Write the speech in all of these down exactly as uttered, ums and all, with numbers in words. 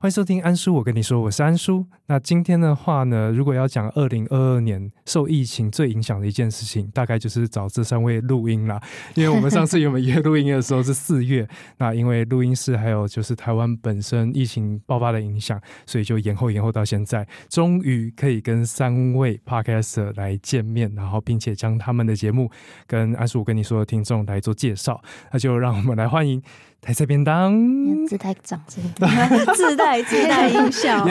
欢迎收听安叔，我跟你说，我是安叔。那今天的话呢，如果要讲二零二二年受疫情最影响的一件事情，大概就是找这三位录音啦。因为我们上次原本约录音的时候是四月，那因为录音室还有就是台湾本身疫情爆发的影响，所以就延后延后到现在，终于可以跟三位 podcaster 来见面，然后并且将他们的节目跟安叔我跟你说的听众来做介绍。那就让我们来欢迎台菜便当， 自带掌声， 自带自带音效。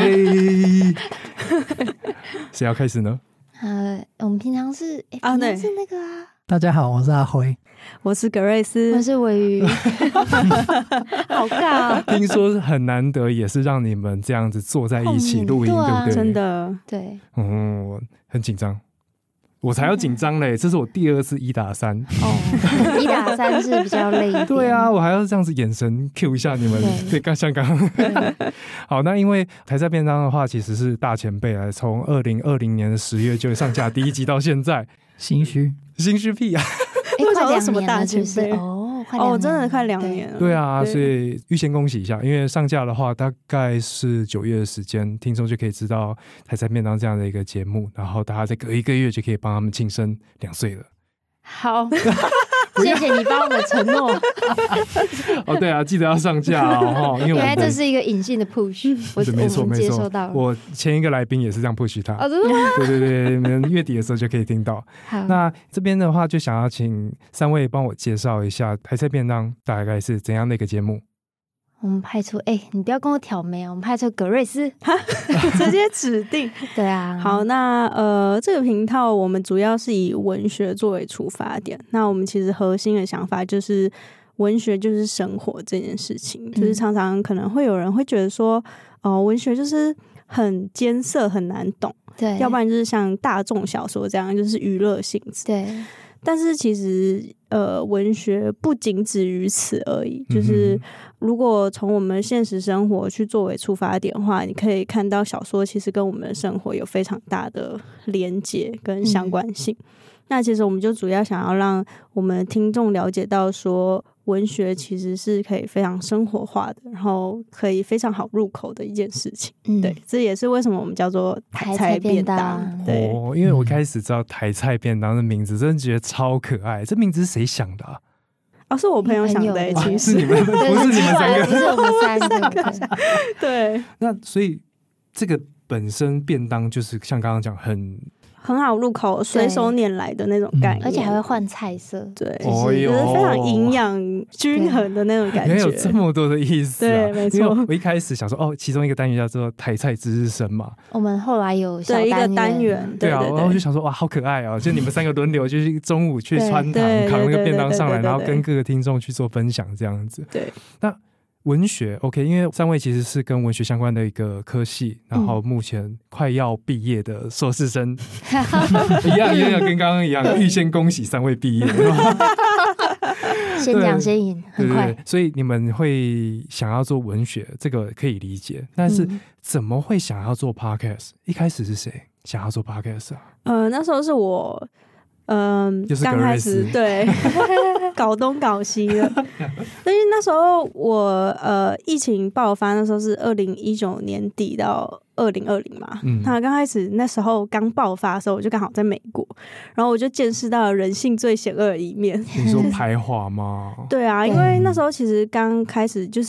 谁要开始呢？ 呃，我们平常是哎、 啊，对， 是那个啊。 大家好，我是阿辉， 我是格瑞斯， 我是尾鱼，好尬、哦。 听说很难得，也是让你们这样子坐在一起录音， 对,、啊、对不对？ 真的， 对， 嗯，很紧张。我才要紧张嘞！这是我第二次一打三哦，一打三是比较累一点。 对啊，我还要这样子眼神 Q 一下你们，对，刚像刚刚。好，那因为台菜便当的话，其实是大前辈来，从二零二零年的十月就上架第一集到现在， 心虚， 心虚屁啊！ 哎、欸，快两年了，是不是？哦，快两年哦，真的快两年了。 对啊，所以预先恭喜一下，因为上架的话大概是九月的时间，听众就可以知道台菜便当这样的一个节目，然后大家再隔一个月就可以帮他们庆生两岁了。 好，谢谢你帮我们承诺。 哦，对啊，记得要上架哦，因为原来这是一个隐性的 push， 我没错没错， 接收到了。 我前一个来宾也是这样 push 他。 哦，真的吗？ 对对对，你们月底的时候就可以听到。那这边的话，就想要请三位帮我介绍一下台菜便当大概是怎样的一个节目。 我们派出哎、欸，你不要跟我挑眉啊！我们派出格瑞斯， 直接指定。 对啊， 好，那呃，这个频道我们主要是以文学作为出发点。那我们其实核心的想法就是文学就是生活这件事情，嗯、就是常常可能会有人会觉得说，哦、呃，文学就是很艰涩很难懂， 对， 要不然就是像大众小说这样，就是娱乐性质， 对。 但是其实呃，文学不仅止于此而已。就是如果从我们现实生活去作为出发点的话，你可以看到小说其实跟我们的生活有非常大的连结跟相关性。嗯、那其实我们就主要想要让我们听众了解到说，文学其实是可以非常生活化的，然后可以非常好入口的一件事情。嗯、对，这也是为什么我们叫做台菜便当。对、 哦，因为我开始知道台菜便当的名字，真的觉得超可爱。这名字是谁想的啊？ 哦，是我朋友想的、欸，其实、 啊、是你们，不是你们三个， 不是我们三个。 对， 那所以这个本身便当就是像刚刚讲很。 很好入口，随手拈来的那种概念， 而且还会换菜色， 对，就是非常营养均衡的那种感觉。 原来有这么多的意思、啊， 对，没错。 因为我一开始想说，哦，其中一个单元叫做台菜值日生嘛， 我们后来有小单元对一个单元， 对啊， 对对对， 然后我就想说，哇，好可爱哦！就你们三个轮流，就是中午去穿堂扛那个便当上来，然后跟各个听众去做分享，这样子。 对， 那。文学 OK， 因为三位其实是跟文学相关的一个科系，然后目前快要毕业的硕士生，嗯、一样一样跟刚刚一样，预先恭喜三位毕业。 先讲先赢，很快对对对。所以你们会想要做文学，这个可以理解，但是怎么会想要做 podcast？ 一开始是谁想要做 podcast 啊？ 呃，那时候是我。嗯，刚开始对搞东搞西的，但是那时候我呃疫情爆发那时候是二零一九年底到二零二零嘛，嗯，那刚开始那时候刚爆发的时候，我就刚好在美国，然后我就见识到了人性最险恶的一面。 你说排华吗？ 对啊，因为那时候其实刚开始就是。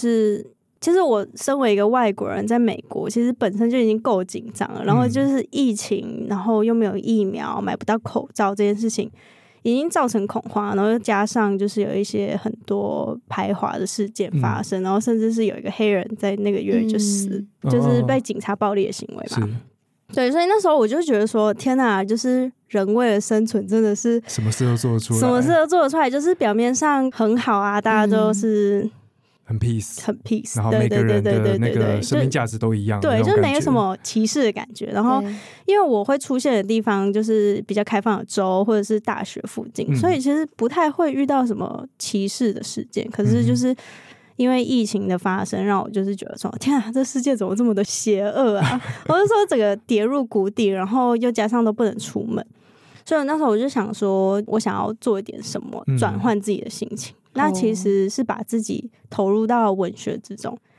其实我身为一个外国人，在美国其实本身就已经够紧张了，然后就是疫情，然后又没有疫苗，买不到口罩这件事情，已经造成恐慌，然后又加上就是有一些很多排华的事件发生，嗯、然后甚至是有一个黑人在那个月就死，嗯、就是被警察暴力的行为嘛。对，所以那时候我就觉得说，天哪，就是人为了生存，真的是什么事都做得出来， 什么事都做得出来，就是表面上很好啊，大家都是。嗯很 peace， 很 peace， 然后每个人的那个生命价值都一样， 对，就是没有什么歧视的感觉。然后，因为我会出现的地方就是比较开放的州或者是大学附近，嗯、所以其实不太会遇到什么歧视的事件。可是就是因为疫情的发生，让我就是觉得说，天啊，这世界怎么这么的邪恶啊！我就说整个跌入谷底，然后又加上都不能出门，所以那时候我就想说，我想要做一点什么，转换自己的心情。嗯那其实是把自己投入到文学之中，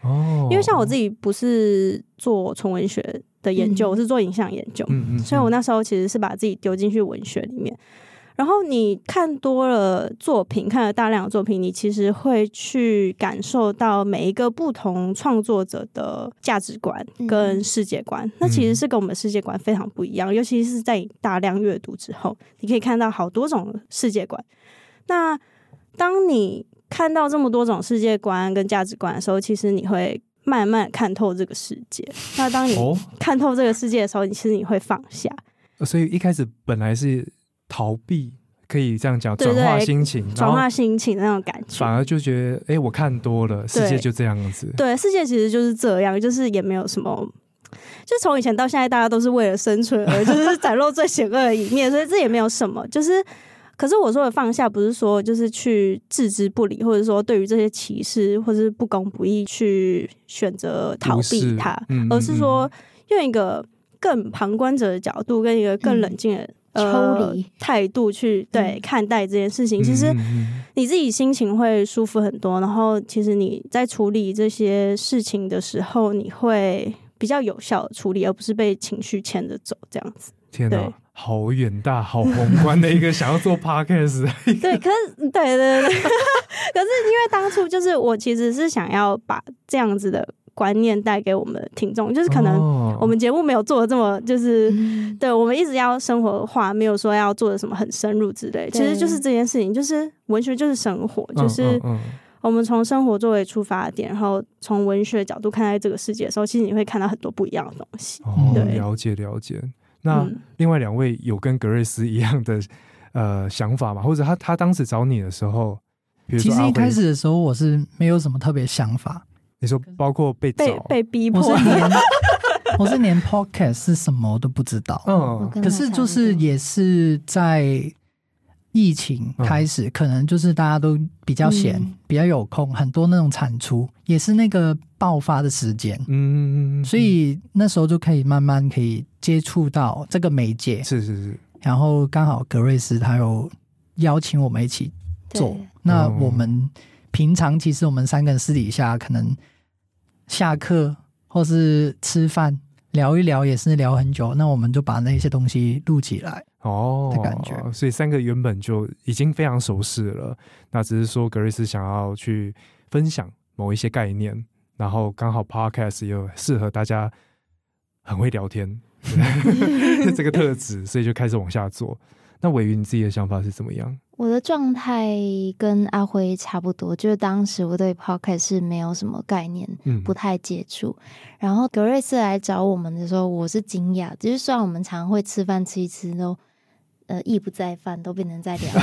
哦， 因为像我自己不是做纯文学的研究， 嗯、 我是做影像研究， 嗯嗯嗯， 所以我那时候其实是把自己丢进去文学里面。然后你看多了作品，看了大量的作品，你其实会去感受到每一个不同创作者的价值观跟世界观，嗯、那其实是跟我们世界观非常不一样，尤其是在你大量阅读之后，你可以看到好多种世界观。那当你看到这么多种世界观跟价值观的时候，其实你会慢慢看透这个世界。那当你看透这个世界的时候，你其实你会放下。 所以一开始本来是逃避，可以这样讲，转化心情， 转化心情的那种感觉， 反而就觉得，哎、欸，我看多了，世界就这样子。 对，世界其实就是这样，就是也没有什么，就从以前到现在，大家都是为了生存而就是展露最险恶的一面，所以这也没有什么，就是。可是我说的放下，不是说就是去置之不理，或者说对于这些歧视或是不公不义去选择逃避它，嗯嗯嗯，而是说用一个更旁观者的角度，跟一个更冷静的、 嗯、抽离态度去对、嗯、看待这件事情。其实你自己心情会舒服很多，然后其实你在处理这些事情的时候，你会比较有效的处理，而不是被情绪牵着走这样子。 天哪！好远大好宏观的一个想要做 podcast 对，可是对对对可是因为当初就是我其实是想要把这样子的观念带给我们的听众，就是可能我们节目没有做的这么就是、哦、对，我们一直要生活化，没有说要做的什么很深入之类，其实就是这件事情，就是文学就是生活，就是我们从生活作为出发点，然后从文学角度看待这个世界的时候，其实你会看到很多不一样的东西。 哦，对，了解了解。那另外两位有跟格瑞斯一样的呃想法吗？或者他他当时找你的时候，比如说其实一开始的时候我是没有什么特别想法。 你说包括被找被, 被逼迫， 我是连我是连 podcast 是什么都不知道。嗯，可是就是也是在疫情开始，嗯、可能就是大家都比较闲、嗯，比较有空，很多那种产出也是那个爆发的时间。嗯，所以那时候就可以慢慢可以接触到这个媒介。 是是是。 然后刚好格瑞斯他有邀请我们一起做，那我们平常其实我们三个人私底下可能下课或是吃饭聊一聊也是聊很久，那我们就把那些东西录起来。哦，的感觉， 所以三个原本就已经非常熟识了，那只是说格瑞斯想要去分享某一些概念，然后刚好 podcast 也有适合大家很会聊天这个特质，所以就开始往下做。那瑋瑜你自己的想法是怎么样？ 我的状态跟阿辉差不多，就是当时我对 podcast 是没有什么概念、嗯、不太接触，然后格瑞斯来找我们的时候我是惊讶，就是虽然我们常会吃饭吃一吃都呃意不在饭，都变成在聊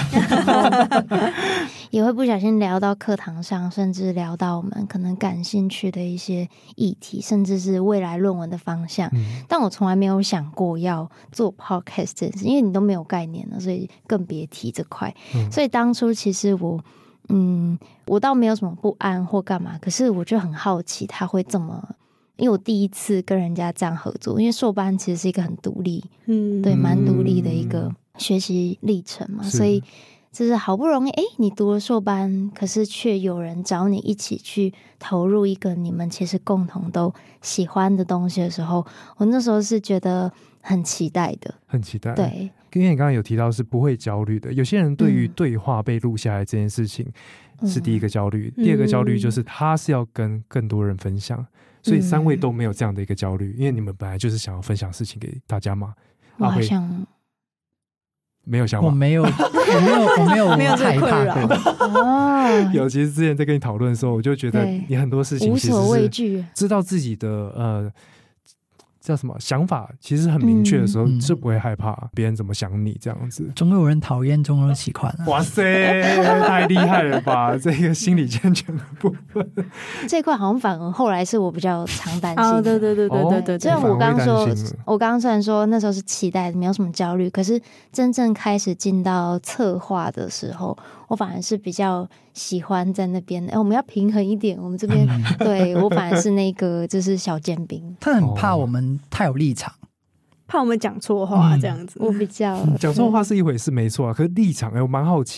也会不小心聊到课堂上，甚至聊到我们可能感兴趣的一些议题，甚至是未来论文的方向、嗯、但我从来没有想过要做 podcast 这件事，因为你都没有概念了，所以更别提这块、嗯、所以当初其实我嗯，我倒没有什么不安或干嘛，可是我就很好奇他会这么，因为我第一次跟人家这样合作，因为硕班其实是一个很独立嗯，对，蛮独立的一个学习历程嘛，所以就是好不容易哎，你读了硕班，可是却有人找你一起去投入一个你们其实共同都喜欢的东西的时候，我那时候是觉得很期待的， 很期待。 对， 因为你刚刚有提到是不会焦虑的，有些人对于对话被录下来这件事情是第一个焦虑、嗯、第二个焦虑就是他是要跟更多人分享、嗯、所以三位都没有这样的一个焦虑，因为你们本来就是想要分享事情给大家嘛。 我好像没有想法， 我没有，我没有，我没有， 没有害怕过。 有，其实之前在跟你讨论的时候，我就觉得你很多事情其实是无所畏惧， 知道自己的呃叫什么想法，其实很明确的时候，就、嗯、不会害怕别人怎么想你这样子。 总有人讨厌，总有人喜欢、啊。 哇塞，太厉害了吧！这个心理健全的部分， 这块好像反而后来是我比较常担心的。 哦，对对对对对对。 虽然我刚刚说，我刚刚虽然说那时候是期待，没有什么焦虑，可是真正开始进到策划的时候，我反而是比较喜欢在那边。哎，我们要平衡一点，我们这边对我反而是那个就是小尖兵。 他很怕我们太有立场。 怕我们讲错话这样子、 嗯、我比较讲错话是一回事没错啊，可是立场哎，我蛮好奇的，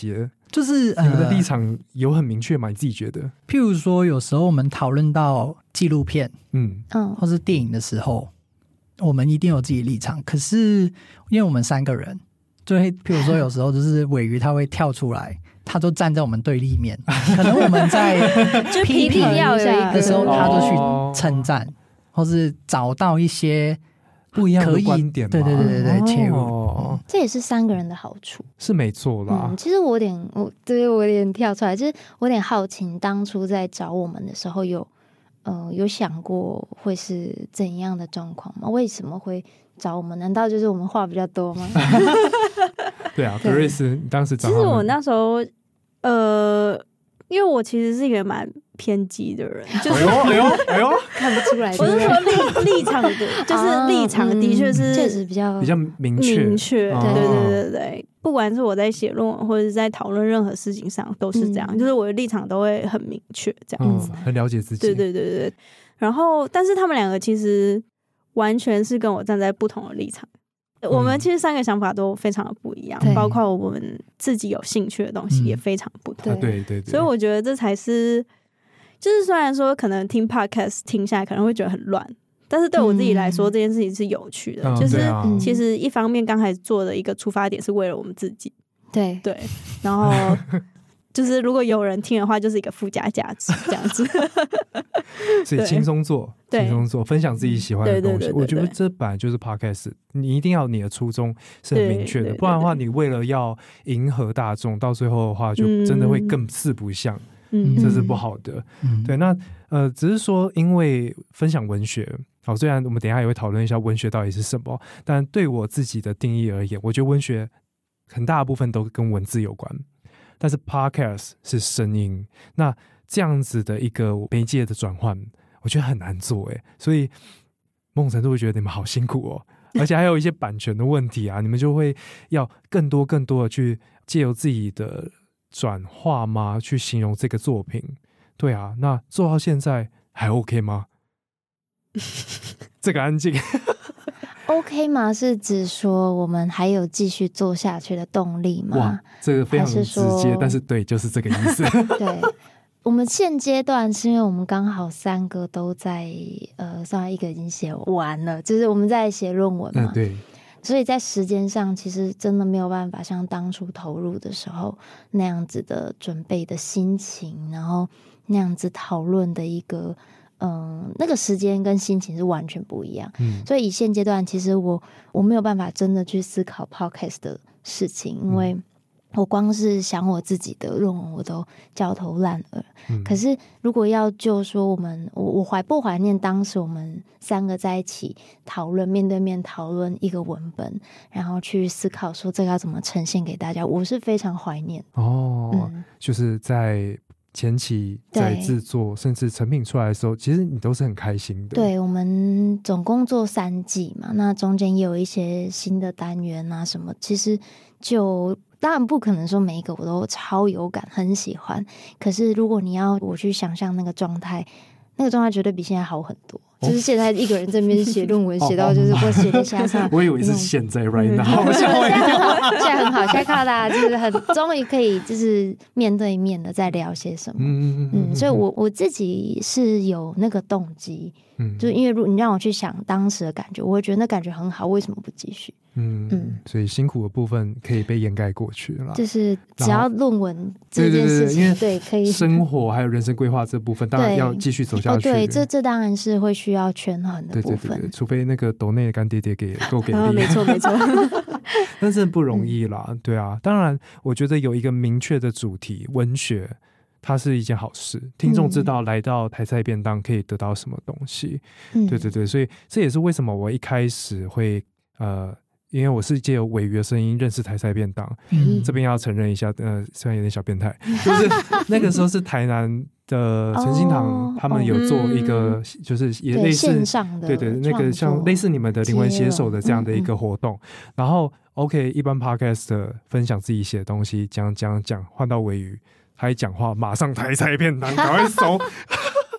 就是你们的立场有很明确吗？你自己觉得？ 譬如说，有时候我们讨论到纪录片，嗯嗯，或是电影的时候，我们一定有自己的立场。可是因为我们三个人，就会譬如说，有时候就是尾鱼他会跳出来。他就站在我们对立面，可能我们在批评的时候，他就去称赞，或是找到一些不一样的观点嘛。 对对对对对，切入、哦， 这也是三个人的好处， 是没错啦、 嗯。其实我有点，我对我有点跳出来，就是我有点好奇，当初在找我们的时候有，呃，有想过会是怎样的状况吗？为什么会找我们？难道就是我们话比较多吗？ 对啊，格瑞斯，你当时找其实我那时候，呃，因为我其实是一个蛮偏激的人，就是哎呦哎呦， 看不出来。 我是说立立场的，就是立场的确是确实比较比较明确， 明确，对对对对对。不管是我在写论文或者是在讨论任何事情上，都是这样，就是我的立场都会很明确，这样子， 很了解自己。 对对对对。然后，但是他们两个其实完全是跟我站在不同的立场。我们其实三个想法都非常的不一样，包括我们自己有兴趣的东西也非常不同。 嗯、对, 对对， 所以我觉得这才是，就是虽然说可能听 podcast 听下来可能会觉得很乱，但是对我自己来说，嗯、这件事情是有趣的。嗯、就是其实一方面刚开始做的一个出发点是为了我们自己， 对对，然后就是如果有人听的话，就是一个附加价值这样子。 所以轻松做，轻松做，分享自己喜欢的东西。我觉得这本来就是 podcast， 你一定要你的初衷是很明确的，不然的话，你为了要迎合大众，到最后的话，就真的会更四不像，嗯、这是不好的。嗯、对，那呃，只是说，因为分享文学，好，虽然我们等一下也会讨论一下文学到底是什么，但对我自己的定义而言，我觉得文学很大部分都跟文字有关。但是 podcast 是声音，那这样子的一个媒介的转换，我觉得很难做哎，所以某种程度会觉得你们好辛苦哦，而且还有一些版权的问题啊，你们就会要更多更多的去借由自己的转化吗，去形容这个作品？对啊，那做到现在还 OK 吗？这个安静。 OK 吗？是指说我们还有继续做下去的动力吗？ 哇，这个非常直接，但是对，就是这个意思。 对，我们现阶段是因为我们刚好三个都在，呃，虽然一个已经写完了，就是我们在写论文嘛， 嗯，对， 所以在时间上其实真的没有办法像当初投入的时候那样子的准备的心情，然后那样子讨论的一个。嗯，那个时间跟心情是完全不一样，嗯，所以以现阶段，其实我我没有办法真的去思考 podcast 的事情，因为我光是想我自己的论文，我都焦头烂额。嗯、可是如果要就说我们，我我怀不怀念当时我们三个在一起讨论，面对面讨论一个文本，然后去思考说这个要怎么呈现给大家，我是非常怀念哦、嗯，就是在。前期在制作甚至成品出来的时候，其实你都是很开心的。 对，我们总共做三季嘛，那中间也有一些新的单元啊什么，其实就当然不可能说每一个我都超有感很喜欢，可是如果你要我去想象那个状态，那个状态绝对比现在好很多。就是现在一个人这边写论文，写到就是我写的下上， 我以为是现在 right now， 现在很好，现在很好，现在看到大家就是很终于可以就是面对面的在聊些什么，嗯嗯，所以我我自己是有那个动机，嗯，就是因为如果你让我去想当时的感觉，我会觉得那感觉很好，为什么不继续？ 嗯嗯，所以辛苦的部分可以被掩盖过去了， 就是只要论文这件事情，对, 对, 对, 对可以生活还有人生规划这部分，当然要继续走下去。 哦、对，这这当然是会需要权衡的部分，对对对对， 除非那个抖内的干爹爹给够给力， 啊、没错没错， 但是不容易啦、嗯，对啊。当然，我觉得有一个明确的主题，文学。它是一件好事，听众知道来到台菜便当可以得到什么东西，嗯、对对对，所以这也是为什么我一开始会呃，因为我是借由尾鱼的声音认识台菜便当，嗯、这边要承认一下，呃，虽然有点小变态，就是那个时候是台南的陈心堂他们有做一个，哦、就是也类似线上的， 对对，那个像类似你们的灵魂写手的这样的一个活动，嗯、然后 OK， 一般 podcast 的分享自己写的东西，讲讲讲，换到尾鱼。还讲话，马上台菜便当，赶快收。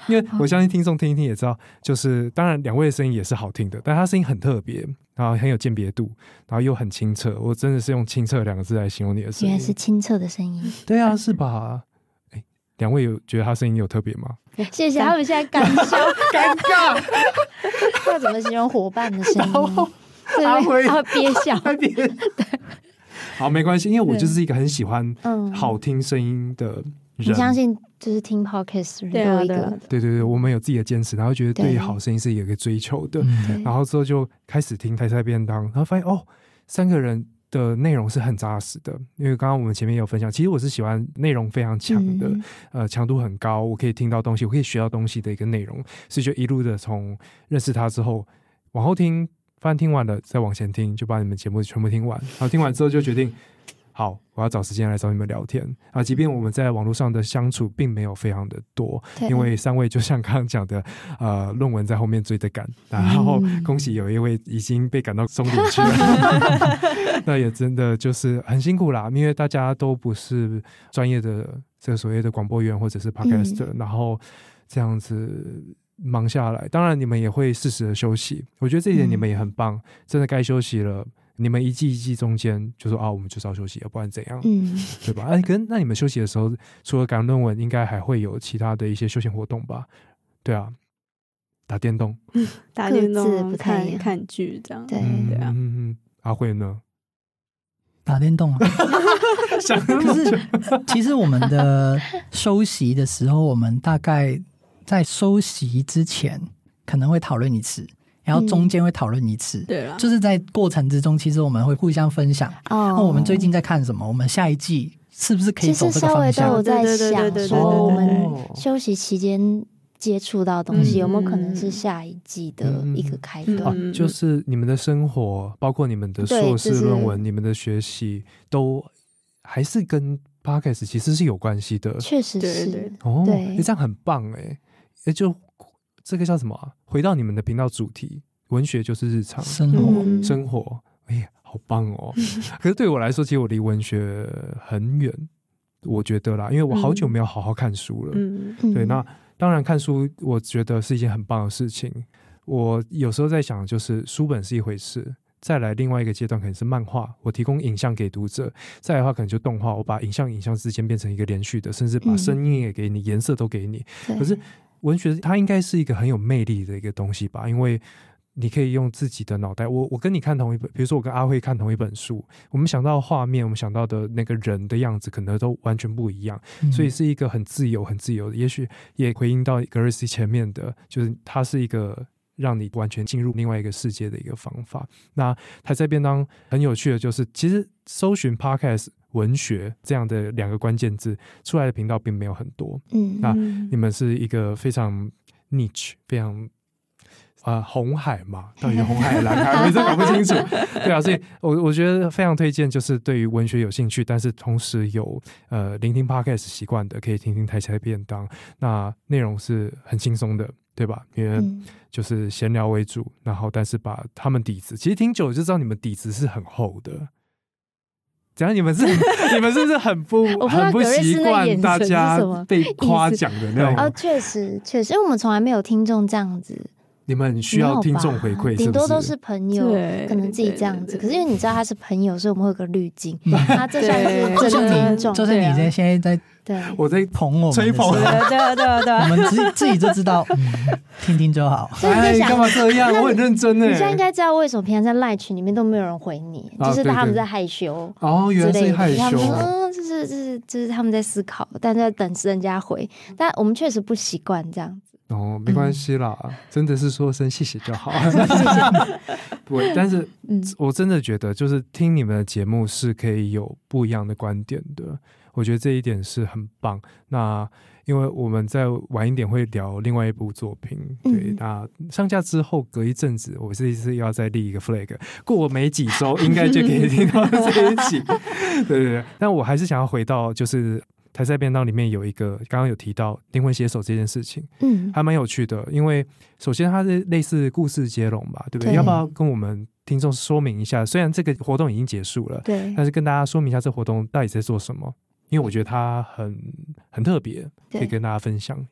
因为我相信听众听一听也知道，就是当然两位的声音也是好听的，但他声音很特别，然后很有鉴别度，然后又很清澈，我真的是用清澈两个字来形容你的声音。 原来是清澈的声音。 对啊，是吧？哎，两位有觉得他声音有特别吗？ 谢谢，他们现在干笑尴尬， 要怎么形容伙伴的声音？ 阿辉他会憋笑， 憋。好，没关系，因为我就是一个很喜欢好听声音的人。 你相信就是听 podcast 都有一个， 对对对，我们有自己的坚持，然后觉得对好声音是有一个追求的，然后之后就开始听台菜便当，然后发现哦，三个人的内容是很扎实的。因为刚刚我们前面有分享，其实我是喜欢内容非常强的，嗯、呃，强度很高，我可以听到东西，我可以学到东西的一个内容，所以就一路的从认识他之后往后听，发现听完了再往前听，就把你们节目全部听完，然后听完之后就决定。好，我要找时间来找你们聊天啊！即便我们在网络上的相处并没有非常的多，因为三位就像刚刚讲的，呃，论文在后面追着赶，然后恭喜有一位已经被赶到终点去了，那也真的就是很辛苦啦，因为大家都不是专业的这个所谓的广播员或者是 podcaster，、嗯、然后这样子忙下来，当然你们也会适时的休息，我觉得这一点你们也很棒，嗯、真的该休息了。你们一季一季中间就说啊，我们就是要休息，要不然怎样，嗯，对吧？啊，可那你们休息的时候，除了赶论文，应该还会有其他的一些休闲活动吧？对啊，打电动， 嗯、打电动，看看剧这样， 对对啊。 嗯嗯，阿慧呢？ 打电动啊。可是其实我们的休息的时候，我们大概在休息之前可能会讨论一次。然后中间会讨论一次，对了、嗯，就是在过程之中，其实我们会互相分享。哦，我们最近在看什么？我们下一季是不是可以走这个方向？ 其实稍微都有在想说，我们休息期间接触到的东西、嗯、有没有可能是下一季的一个开端？ 嗯啊、就是你们的生活，包括你们的硕士论文、就是、你们的学习，都还是跟 podcast 其实是有关系的。 确实是， 对哦，对，这样很棒哎，也就。这个叫什么、啊？回到你们的频道主题，文学就是日常生活， 嗯、生活，哎呀，好棒哦！可是对我来说，其实我离文学很远，我觉得啦，因为我好久没有好好看书了。嗯，对，那当然看书，我觉得是一件很棒的事情。我有时候在想，就是书本是一回事，再来另外一个阶段可能是漫画，我提供影像给读者；再来的话，可能就动画，我把影像影像之间变成一个连续的，甚至把声音也给你，颜色都给你。可是文学它应该是一个很有魅力的一个东西吧，因为你可以用自己的脑袋，我我跟你看同一本，比如说我跟阿慧看同一本书，我们想到画面，我们想到的那个人的样子可能都完全不一样、嗯、所以是一个很自由很自由的，也许也回应到格瑞斯前面的，就是它是一个让你完全进入另外一个世界的一个方法。那台菜便当很有趣的就是其实搜寻 podcast文学这样的两个关键字出来的频道并没有很多，嗯，那你们是一个非常 niche 非常呃红海嘛，到底是红海蓝海我一直搞不清楚对啊，所以我我觉得非常推荐，就是对于文学有兴趣但是同时有呃聆听 podcast 习惯的，可以听听台菜便当，那内容是很轻松的对吧，因为就是闲聊为主，然后但是把他们底子其实听久了就知道你们底子是很厚的。怎样？你们是你们是不是很不很不习惯大家被夸奖的那种？ 哦，确实确实，因为我们从来没有听众这样子。 你们需要听众回馈， 顶多都是朋友，可能自己这样子。可是因为你知道他是朋友，所以我们会有个滤镜。他这算是真的听众， 就是你在现在在对我在捧我们， 吹捧， 对对对对， 我们自己自己就知道，嗯，听听就好。 哎，干嘛这样？我很认真哎。 你现在应该知道为什么平常在赖群里面都没有人回你，就是他们在害羞哦，原来是害羞。 嗯，就是就是就是他们在思考，但在等人家回。但我们确实不习惯这样子。 哦，没关系啦、嗯、真的是说声谢谢就好不会，但是我真的觉得就是听你们的节目是可以有不一样的观点的，我觉得这一点是很棒。那因为我们在晚一点会聊另外一部作品，对、嗯、那上架之后隔一阵子我这一次要再立一个 flag， 过没几周应该就可以听到这一集对对对，但我还是想要回到就是台菜便当里面有一个刚刚有提到灵魂写手这件事情，嗯，还蛮有趣的，因为首先它是类似故事接龙吧，对不对？对，要不要跟我们听众说明一下？虽然这个活动已经结束了，对，但是跟大家说明一下这活动到底在做什么，因为我觉得它很很特别，可以跟大家分享。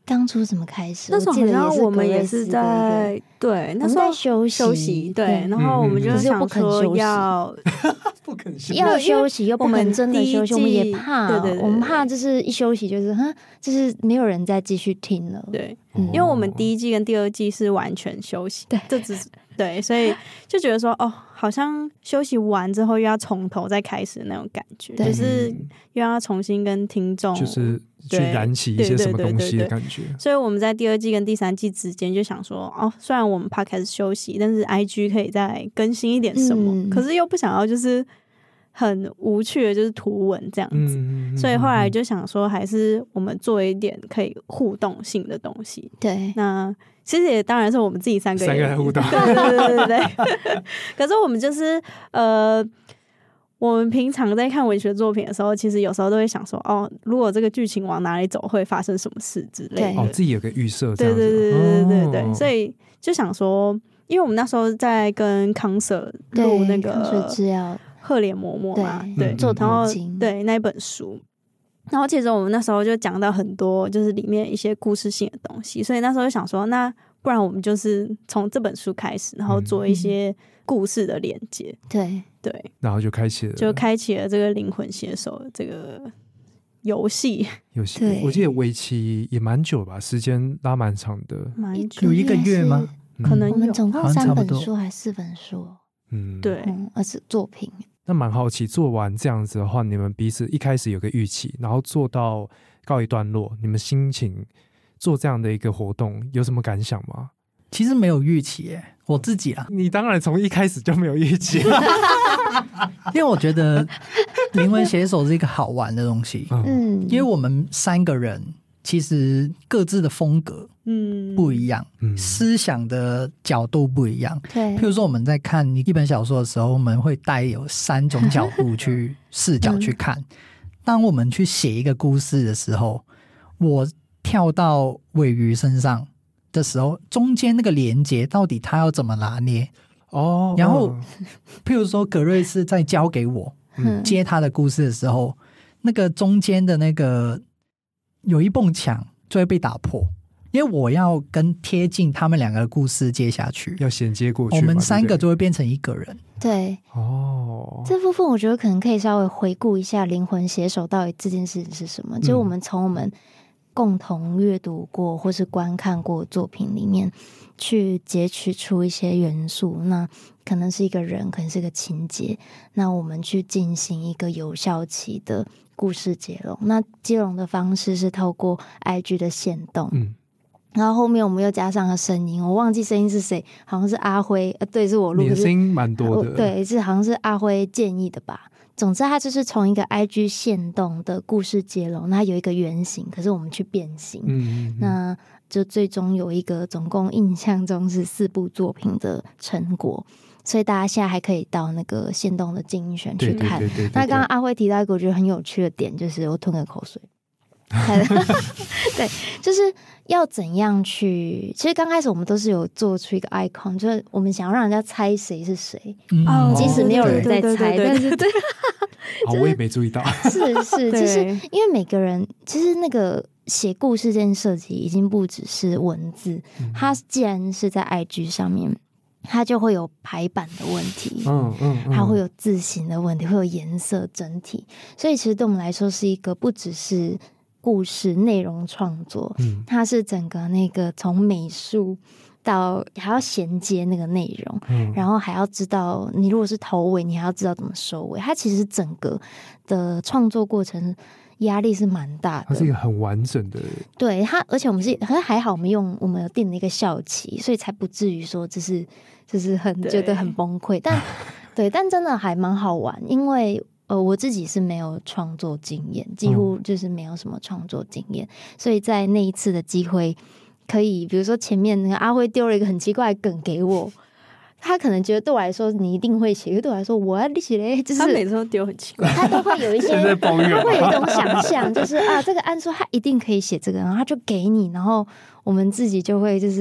当初怎么开始？ 那时候好像我们也是在 对, 对，那时候在休息休息，对，然后我们就想说要不肯休息， 要休息又不肯真的休息，我们也怕， 对对对， 我们怕就是一休息就是哈，就是没有人再继续听了， 对，嗯、因为我们第一季跟第二季是完全休息，对，这只是对，所以就觉得说哦，好像休息完之后又要从头再开始的那种感觉，就是又要重新跟听众就是去燃起一些什么东西的感觉。 所以我们在第二季跟第三季之间就想说，哦，虽然我们 podcast 休息，但是 I G 可以再更新一点什么，嗯、可是又不想要就是很无趣的，就是图文这样子。嗯、所以后来就想说，还是我们做一点可以互动性的东西。 对， 那其实也当然是我们自己三个人三个人互动， 对对对对对。可是我们就是呃。我们平常在看文学作品的时候，其实有时候都会想说，哦，如果这个剧情往哪里走，会发生什么事之类的。 哦，自己有个预设，这样子。 对对对对对对、哦、所以就想说，因为我们那时候在跟康 Sir 录那个赫连嬷嬷嘛，对， 做然后对那本书，然后其实我们那时候就讲到很多，就是里面一些故事性的东西，所以那时候就想说，那不然我们就是从这本书开始，然后做一些故事的连接， 对。 对， 然后就开启了， 就开启了这个灵魂写手的这个游戏。 游戏，我记得为期也蛮久吧，时间拉蛮长的， 蛮久， 有一个月吗？ 可能有。 我们总共三本书还是四本书？ 嗯， 对， 嗯，而是作品。 那蛮好奇，做完这样子的话，你们彼此一开始有个预期，然后做到告一段落，你们心情做这样的一个活动有什么感想吗？ 其实没有预期耶，我自己啊， 你当然从一开始就没有预期因为我觉得灵魂写手是一个好玩的东西，嗯，因为我们三个人其实各自的风格嗯不一样，嗯，思想的角度不一样， 对， 譬如说我们在看一本小说的时候，我们会带有三种角度去视角去看、嗯、当我们去写一个故事的时候，我跳到尾鱼身上的时候，中间那个连接到底他要怎么拿捏哦？然后譬如说葛瑞斯在交给我、嗯、接他的故事的时候，那个中间的那个有一埲墙就会被打破，因为我要跟贴近他们两个的故事接下去， 要衔接过去， 我们三个就会变成一个人。 对哦，这部分我觉得可能可以稍微回顾一下灵魂写手到底这件事情是什么、嗯、就是我们从我们共同阅读过或是观看过作品里面去截取出一些元素，那可能是一个人，可能是一个情节，那我们去进行一个有效期的故事接龙。那接龙的方式是透过 I G 的限动、嗯、然后后面我们又加上了声音，我忘记声音是谁，好像是阿辉、呃、对，是我录的， 你的声音蛮多的， 对，是好像是阿辉建议的吧。总之它就是从一个 I G 限动的故事接龙，那有一个原型，可是我们去变形、嗯嗯嗯、那就最终有一个总共印象中是四部作品的成果，所以大家现在还可以到那个限动的精英选去看。对对对对对对，那刚刚阿辉提到一个我觉得很有趣的点，就是我吞个口水对，就是要怎样去，其实刚开始我们都是有做出一个 icon， 就是我们想要让人家猜谁是谁、嗯、即使没有人在猜，但是对好、就是、我也没注意到是是，就是因为每个人其实那个写故事这件设计已经不只是文字、嗯、它既然是在 I G 上面，它就会有排版的问题，嗯嗯嗯，它会有字形的问题，会有颜色整体，所以其实对我们来说是一个不只是故事内容创作、嗯、它是整个那个从美术到还要衔接那个内容、嗯、然后还要知道你如果是头尾你还要知道怎么收尾，它其实整个的创作过程压力是蛮大的， 它是一个很完整的， 对它，而且我们是还好我们用我们有定了一个效期，所以才不至于说这是就是很觉得很崩溃，但对，但真的还蛮好玩，因为呃，我自己是没有创作经验，几乎就是没有什么创作经验、嗯、所以在那一次的机会可以比如说前面那个阿辉丢了一个很奇怪的梗给我，他可能觉得对我来说你一定会写，因为对我来说我要写嘞，就是他每次都丢很奇怪， 他都会有一些他会有一种想象，就是啊这个按说他一定可以写这个，然后他就给你，然后我们自己就会就是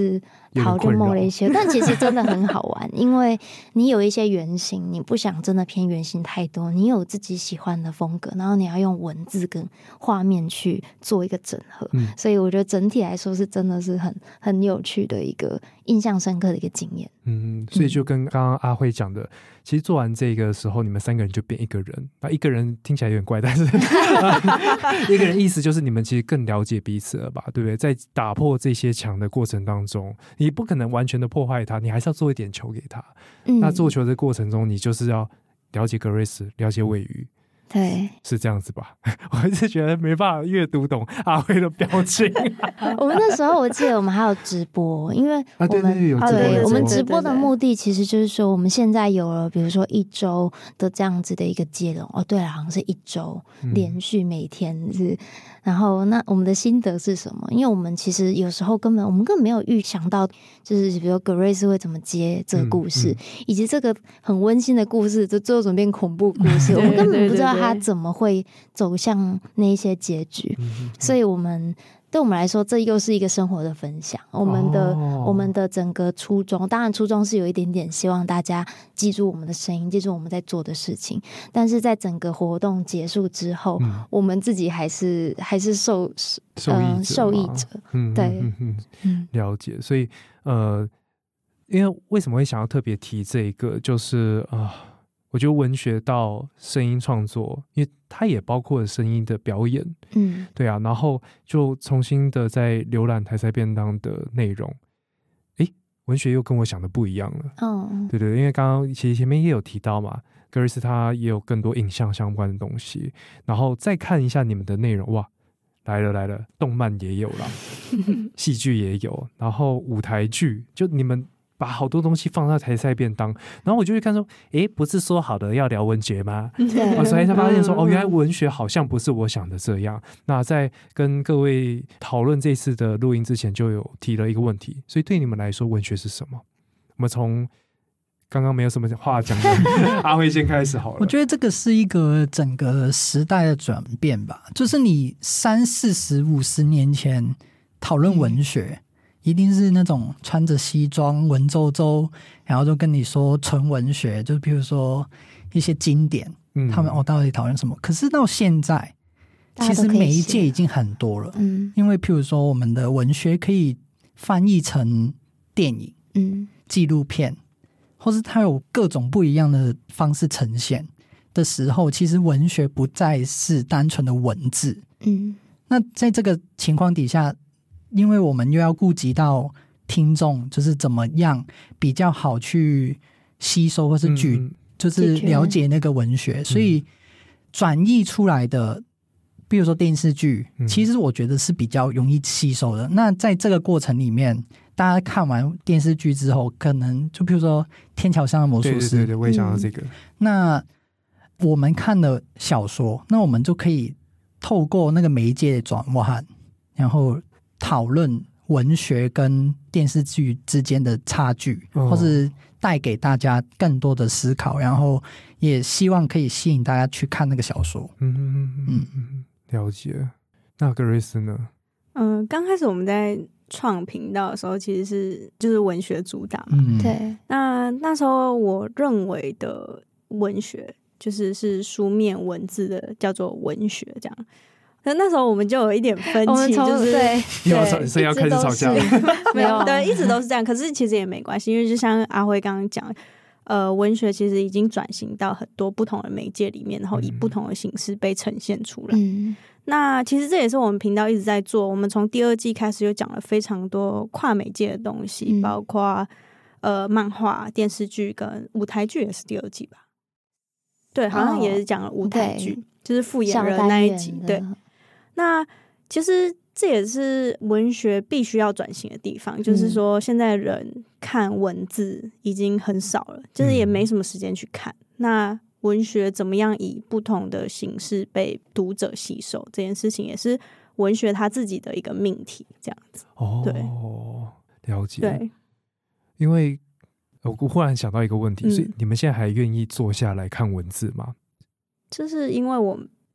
好就某了一些，但其实真的很好玩，因为你有一些原型，你不想真的偏原型太多，你有自己喜欢的风格，然后你要用文字跟画面去做一个整合，嗯、所以我觉得整体来说是真的是很很有趣的一个印象深刻的一个经验。 嗯，所以就跟刚刚阿慧讲的，其实做完这个时候，你们三个人就变一个人。那一个人听起来有点怪，但是一个人意思就是你们其实更了解彼此了吧，对不对？在打破这些墙的过程当中，你不可能完全的破坏他，你还是要做一点球给他。嗯、那做球的过程中，你就是要了解格瑞斯，了解尾鱼。 对， 是这样子吧？我一直觉得没办法阅读懂阿辉的表情。 我们那时候我记得我们还有直播，因为我们、 啊、对对对有直播， 对我们直播的目的其实就是说，我们现在有了比如说一周的这样子的一个接龙。哦，对了，好像是一周、嗯、连续每天是。然后那我们的心得是什么？因为我们其实有时候根本我们根本没有预想到，就是比如说格瑞斯会怎么接这个故事、嗯嗯、以及这个很温馨的故事就最后怎么变恐怖故事我们根本不知道他怎么会走向那一些结局、嗯、所以我们对我们来说这又是一个生活的分享。我们的、哦、我们的整个初衷，当然初衷是有一点点希望大家记住我们的声音，记住我们在做的事情，但是在整个活动结束之后、嗯、我们自己还是还是受受益者、呃、 受益者、嗯、对、 嗯嗯嗯、了解。所以呃，因为为什么会想要特别提这一个，就是啊、呃，我觉得文学到声音创作，因为它也包括了声音的表演，嗯，对啊，然后就重新的在浏览台菜便当的内容，诶，文学又跟我想的不一样了，哦，对对，因为刚刚其实前面也有提到嘛，格瑞斯他也有更多影像相关的东西，然后再看一下你们的内容，哇，来了来了，动漫也有啦，戏剧也有，然后舞台剧，就你们把好多东西放到台菜便当，然后我就会看说，诶，不是说好的要聊文学吗？啊、所以才发现说，哦，原来文学好像不是我想的这样。那在跟各位讨论这次的录音之前，就有提了一个问题，所以对你们来说，文学是什么？我们从刚刚没有什么话讲的阿辉先开始好了。 我觉得这个是一个整个时代的转变吧，就是你三四十五十年前讨论文学。嗯，一定是那种穿着西装文绉绉，然后就跟你说纯文学，就比如说一些经典，嗯、他们哦到底讨论什么？可是到现在，其实每一届已经很多了，嗯，因为譬如说我们的文学可以翻译成电影、嗯、纪录片，或是它有各种不一样的方式呈现的时候，其实文学不再是单纯的文字，嗯，那在这个情况底下。因为我们又要顾及到听众，就是怎么样比较好去吸收或是举、嗯、就是了解那个文学，所以转译出来的比如说电视剧、嗯、其实我觉得是比较容易吸收的。那在这个过程里面，大家看完电视剧之后，可能就比如说天桥上的魔术师， 对对对，我也想到这个、嗯、 那我们看了小说，那我们就可以透过那个媒介的转换，然后讨论文学跟电视剧之间的差距、哦、或是带给大家更多的思考，然后也希望可以吸引大家去看那个小说。 嗯嗯嗯嗯，了解。那格瑞斯呢？ 嗯、呃，刚开始我们在创频道的时候，其实是就是文学主打嘛。 嗯，对。 那那时候我认为的文学就是是书面文字的，叫做文学这样。可那时候我们就有一点分歧，就是对， 对，所以要开始吵架了。 没有，对，一直都是这样。可是其实也没关系，因为就像阿辉刚刚讲，呃，文学其实已经转型到很多不同的媒介里面，然后以不同的形式被呈现出来。嗯，那其实这也是我们频道一直在做。我们从第二季开始就讲了非常多跨媒介的东西，嗯、包括呃漫画、电视剧跟舞台剧，也是第二季吧？对，好像也是讲了舞台剧，哦、就是复眼人那一集，对。那其实这也是文学必须要转型的地方，嗯、就是说现在人看文字已经很少了，就是也没什么时间去看。嗯、那文学怎么样以不同的形式被读者吸收，这件事情也是文学它自己的一个命题，这样子。 哦， 对， 了解。 对， 因为我忽然想到一个问题，嗯、所以你们现在还愿意坐下来看文字吗？ 就是因为我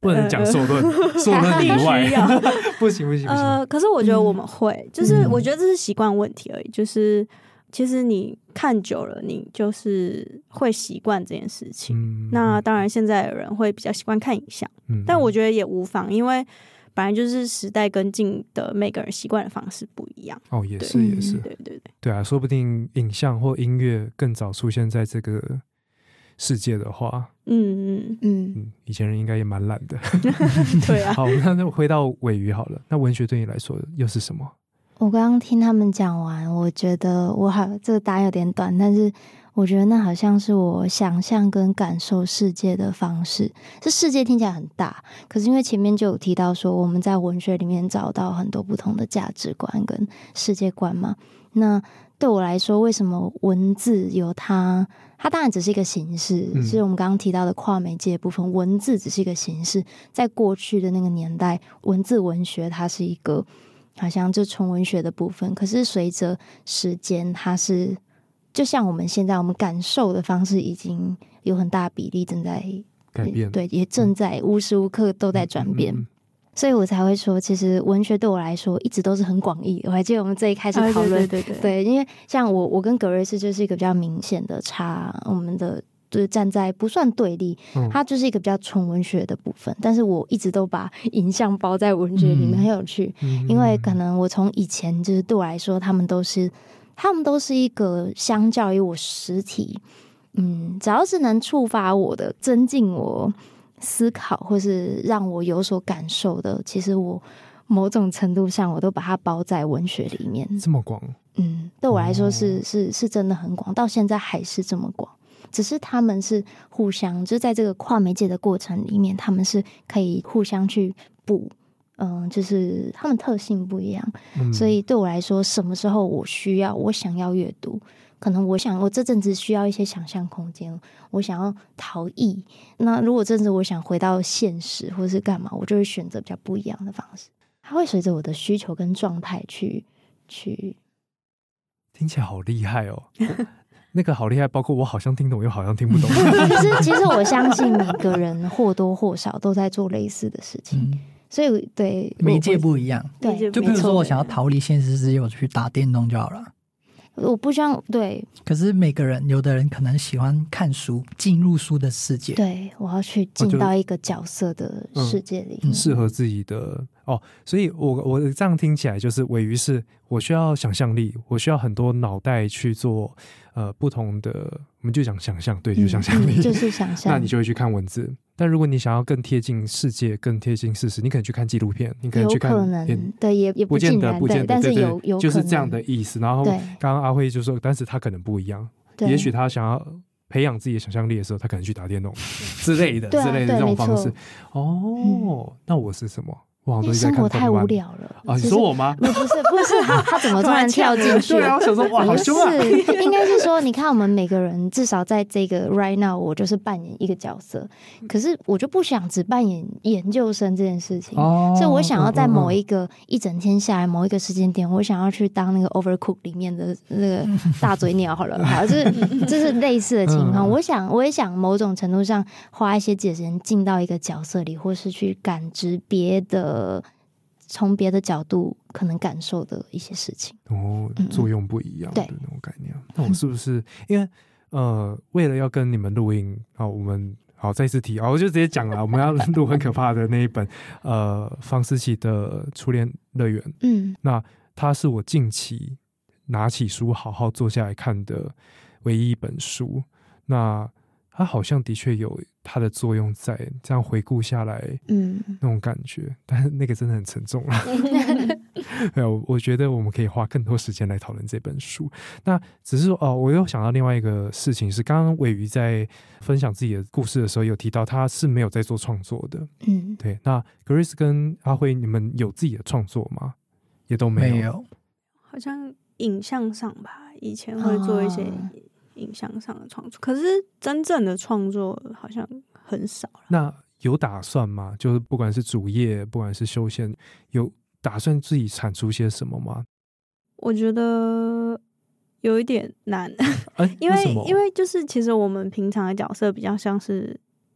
不能讲受论，受论以外，不行不行不行。 呃，可是我觉得我们会，嗯、就是我觉得这是习惯问题而已。就是其实你看久了，你就是会习惯这件事情。嗯、那当然，现在的人会比较习惯看影像，嗯、但我觉得也无妨，因为本来就是时代跟进的，每个人习惯的方式不一样。 哦，也是也是， 对对对， 对啊，说不定影像或音乐更早出现在这个世界的话， 嗯嗯嗯，以前人应该也蛮懒的。 对啊。 好，那回到瑋瑜好了，那文学对你来说又是什么？ 我刚刚听他们讲完，我觉得我好这个答案有点短，但是我觉得那好像是我想象跟感受世界的方式。这世界听起来很大，可是因为前面就有提到说我们在文学里面找到很多不同的价值观跟世界观嘛，那对我来说，为什么文字有它它当然只是一个形式，嗯、就是我们刚刚提到的跨媒介的部分，文字只是一个形式。在过去的那个年代，文字文学它是一个好像就纯文学的部分，可是随着时间，它是就像我们现在我们感受的方式已经有很大比例正在改变， 对，也正在无时无刻都在转变。嗯嗯嗯，所以我才会说，其实文学对我来说一直都是很广义的。我还记得我们这一开始讨论， 对对 对, 对, 对，因为像我，我跟葛瑞斯就是一个比较明显的差，我们的就是站在不算对立，它就是一个比较纯文学的部分。但是我一直都把影像包在文学里面，很有趣，嗯、因为可能我从以前就是对我来说，他们都是，他们都是一个相较于我实体，嗯，只要是能触发我的，增进我思考或是让我有所感受的，其实我某种程度上我都把它包在文学里面。 这么广？ 嗯，对我来说是、哦、是是真的很广，到现在还是这么广。只是他们是互相，就是在这个跨媒介的过程里面，他们是可以互相去补，嗯、呃，就是他们特性不一样。嗯、所以对我来说，什么时候我需要，我想要阅读。可能我想我这阵子需要一些想象空间，我想要逃逸。那如果这阵子我想回到现实或是干嘛，我就会选择比较不一样的方式。它会随着我的需求跟状态去去。 听起来好厉害哦！那个好厉害，包括我好像听懂又好像听不懂。 其实其实我相信每个人或多或少都在做类似的事情。嗯，所以对媒介不一样， 对， 就比如说我想要逃离现实世界，我去打电动就好了。 我不希望对， 可是每个人，有的人可能喜欢看书，进入书的世界。 对，我要去进到一个角色的世界里， 适、嗯、合自己的哦。所以我我这样听起来就是瑋瑜是我需要想象力，我需要很多脑袋去做呃不同的，我们就讲想象，对，就想象力、 嗯嗯，就是想象。 那你就会去看文字。但如果你想要更贴近世界，更贴近事实，你可能去看纪录片，你可能去看， 有可能对，也也不见得，不见得， 但是有有就是这样的意思。然后刚刚阿慧就说，但是他可能不一样，也许他想要培养自己的想象力的时候，他可能去打电动之类的，之类的这种方式。哦、嗯，那我是什么？哇， 因为生活太无聊了啊！你说我吗？ 不是不是他，他怎么突然跳进去？ 对啊，我想说哇，好凶啊！ 应该是说，你看我们每个人至少在这个 right now， 我就是扮演一个角色。可是我就不想只扮演研究生这件事情，哦、所以我想要在某一个、嗯、一整天下来，某一个时间点，我想要去当那个 Overcook 里面的那个大嘴鸟好了，好，就是就是类似的情况。嗯、我想，我也想某种程度上花一些时间进到一个角色里，或是去感知别的。呃，从别的角度可能感受的一些事情哦，作用不一样的那种概念。那我是不是因为呃，为了要跟你们录音啊，我们好再次提啊，我就直接讲了，我们要录很可怕的那一本呃方思琪的初恋乐园。嗯，那它是我近期拿起书好好坐下来看的唯一一本书。那它好像的确有它的作用在，这样回顾下来，嗯，那种感觉，但是那个真的很沉重了。我我觉得我们可以花更多时间来讨论这本书。那只是说哦，我又想到另外一个事情是，刚刚瑋瑜在分享自己的故事的时候，有提到他是没有在做创作的。嗯，对。那 Grace 跟阿辉，你们有自己的创作吗？也都没有。 没有， 好像影像上吧，以前会做一些、哦。影像上的创作，可是真正的创作好像很少了。 那有打算吗？就是不管是主业，不管是休闲，有打算自己产出些什么吗？ 我觉得有一点难， 欸、 因为为因为就是其实我们平常的角色比较像是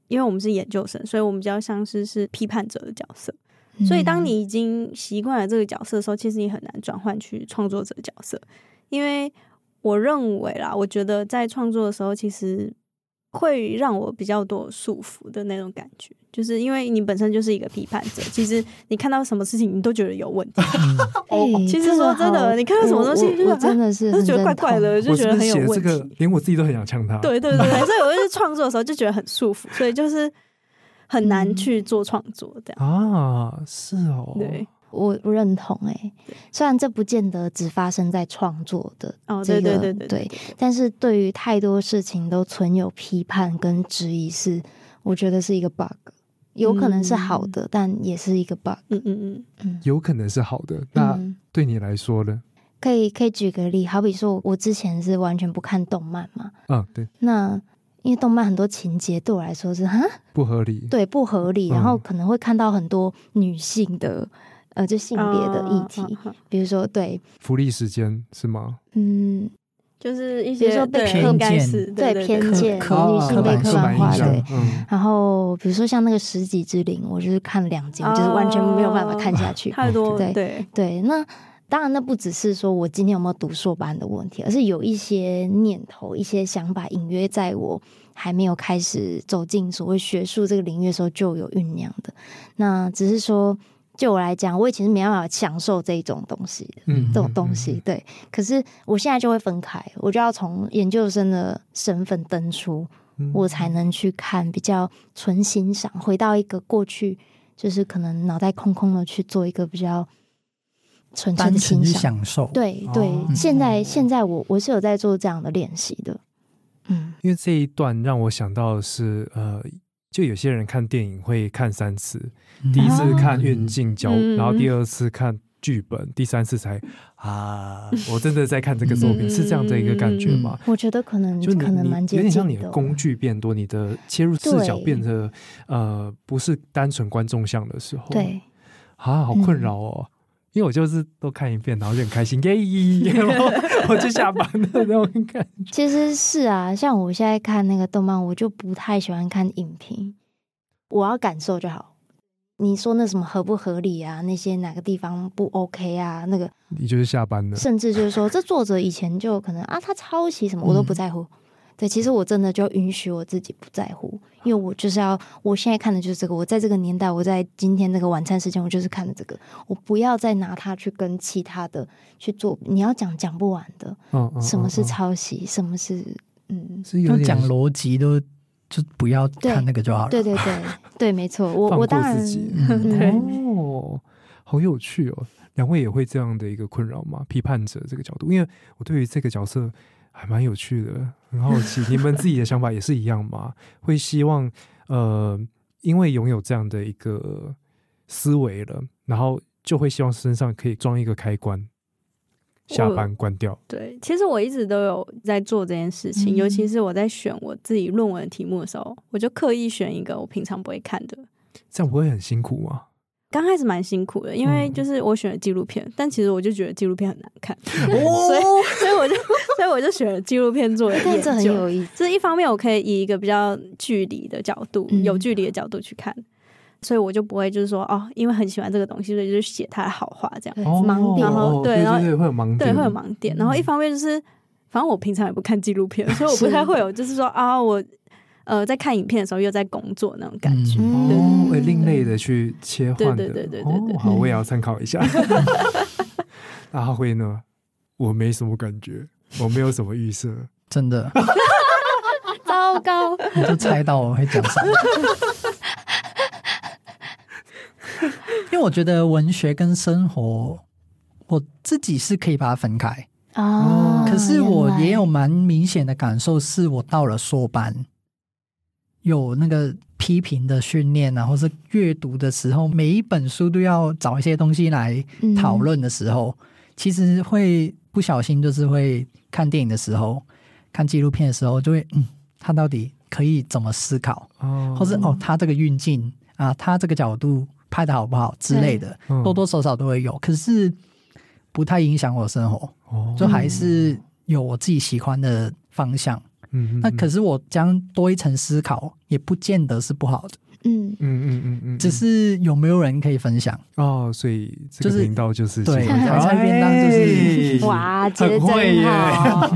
因为我们是研究生，所以我们比较像是是批判者的角色。所以当你已经习惯了这个角色的时候，其实你很难转换去创作者的角色。因为我认为啦，我觉得在创作的时候其实会让我比较多束缚的那种感觉，就是因为你本身就是一个批判者，其实你看到什么事情你都觉得有问题。 哦， 其实说真的，你看到什么东西就真的是就觉得怪怪的，就觉得很有问题。 我是不是写这个连我自己都很想呛他。 对对对对，所以我就是创作的时候就觉得很束缚，所以就是很难去做创作这样。 啊，是哦， 对。 我认同哎、欸，虽然这不见得只发生在创作的哦， 这个、 对对对 对, 对, 对，但是对于太多事情都存有批判跟质疑是，我觉得是一个 bug， 有可能是好的，嗯、但也是一个 bug。 嗯嗯嗯嗯， 有可能是好的，那对你来说呢？ 可以可以举个例，好比说我之前是完全不看动漫嘛， 啊对， 那因为动漫很多情节对我来说是哈不合理， 对不合理，然后可能会看到很多女性的。呃，就性别的议题，哦、比如说对福利时间是吗？ 嗯， 就是一些比如说被偏见， 对偏见，女性被刻板化，对。嗯、然后比如说像那个《十级之灵》，我就是看两集，哦、我就是完全没有办法看下去， 太多对对对。那当然，那不只是说我今天有没有读硕班的问题，而是有一些念头、一些想法隐约在我还没有开始走进所谓学术这个领域的时候就有酝酿的。那只是说。就我来讲，我以前是没办法享受这种东西的，嗯，这种东西，对。可是我现在就会分开，我就要从研究生的身份登出，嗯、我才能去看比较纯欣赏，回到一个过去，就是可能脑袋空空的去做一个比较纯粹的欣赏、 享受。 对对，哦、现在现在我我是有在做这样的练习的，嗯， 因为这一段让我想到的是，呃。就有些人看电影会看三次，嗯、第一次看运镜脚，嗯、然后第二次看剧本，第三次才啊，我真的在看这个作品，嗯、是这样的一个感觉吗？ 我觉得可能就可能蛮接近的， 有点像你的工具变多，你的切入视角变得呃不是单纯观众向的时候， 对啊，好困扰哦。嗯因为我就是都看一遍，然后就很开心，耶，然后我就下班了那种感觉。 其实是啊，像我现在看那个动漫，我就不太喜欢看影评，我要感受就好。你说那什么合不合理啊？那些哪个地方不 OK 啊？那个你就是下班了， 甚至就是说，这作者以前就可能啊，他抄袭什么，我都不在乎。嗯对，其实我真的就允许我自己不在乎，因为我就是要，我现在看的就是这个，我在这个年代，我在今天这个晚餐时间，我就是看的这个，我不要再拿它去跟其他的去做，你要讲讲不完的，嗯嗯、什么是抄袭，嗯、什么是嗯， 就讲逻辑都就不要看那个就好了， 对对对对，没错，我我当然嗯、哦，好有趣哦，两位也会这样的一个困扰吗？批判者这个角度，因为我对于这个角色。还蛮有趣的，很好奇，你们自己的想法也是一样吗？会希望呃，因为拥有这样的一个思维了，然后就会希望身上可以装一个开关，下班关掉。 对，其实我一直都有在做这件事情，嗯、尤其是我在选我自己论文的题目的时候，我就刻意选一个我平常不会看的。 这样不会很辛苦吗？ 刚开始蛮辛苦的，因为就是我选了纪录片，嗯、但其实我就觉得纪录片很难看，哦、所以所以我就所以我就选了纪录片做的研究。 这很有意思。 这一方面我可以以一个比较距离的角度，嗯、有距离的角度去看，所以我就不会就是说哦，因为很喜欢这个东西，所以就写它的好话这样。 哦、盲点， 然后对，然后对对会有盲点， 对会有盲点。然后一方面就是，反正我平常也不看纪录片，所以我不太会有就是说啊我。呃，在看影片的时候又在工作那种感觉， 嗯、 对哦，会另类的去切换的， 对对对对对对、 哦。好，我也要参考一下。那阿辉呢？我没什么感觉，我没有什么预设， 真的。 糟糕， 你就猜到我会讲什么。因为我觉得文学跟生活，我自己是可以把它分开哦。 可是我也有蛮明显的感受，是我到了硕班。有那个批评的训练啊，或是阅读的时候，每一本书都要找一些东西来讨论的时候，嗯、其实会不小心就是会看电影的时候，看纪录片的时候，就会嗯，他到底可以怎么思考，哦、或是哦，他这个运镜啊，他这个角度拍的好不好之类的，嗯、多多少少都会有，可是不太影响我的生活，哦、就还是有我自己喜欢的方向。 嗯，那可是我这样多一层思考，也不见得是不好的。 嗯嗯嗯嗯嗯， 只是有没有人可以分享哦？所以这个频道就是、 就是、对台菜便当就是、 哎、哇，接得真好。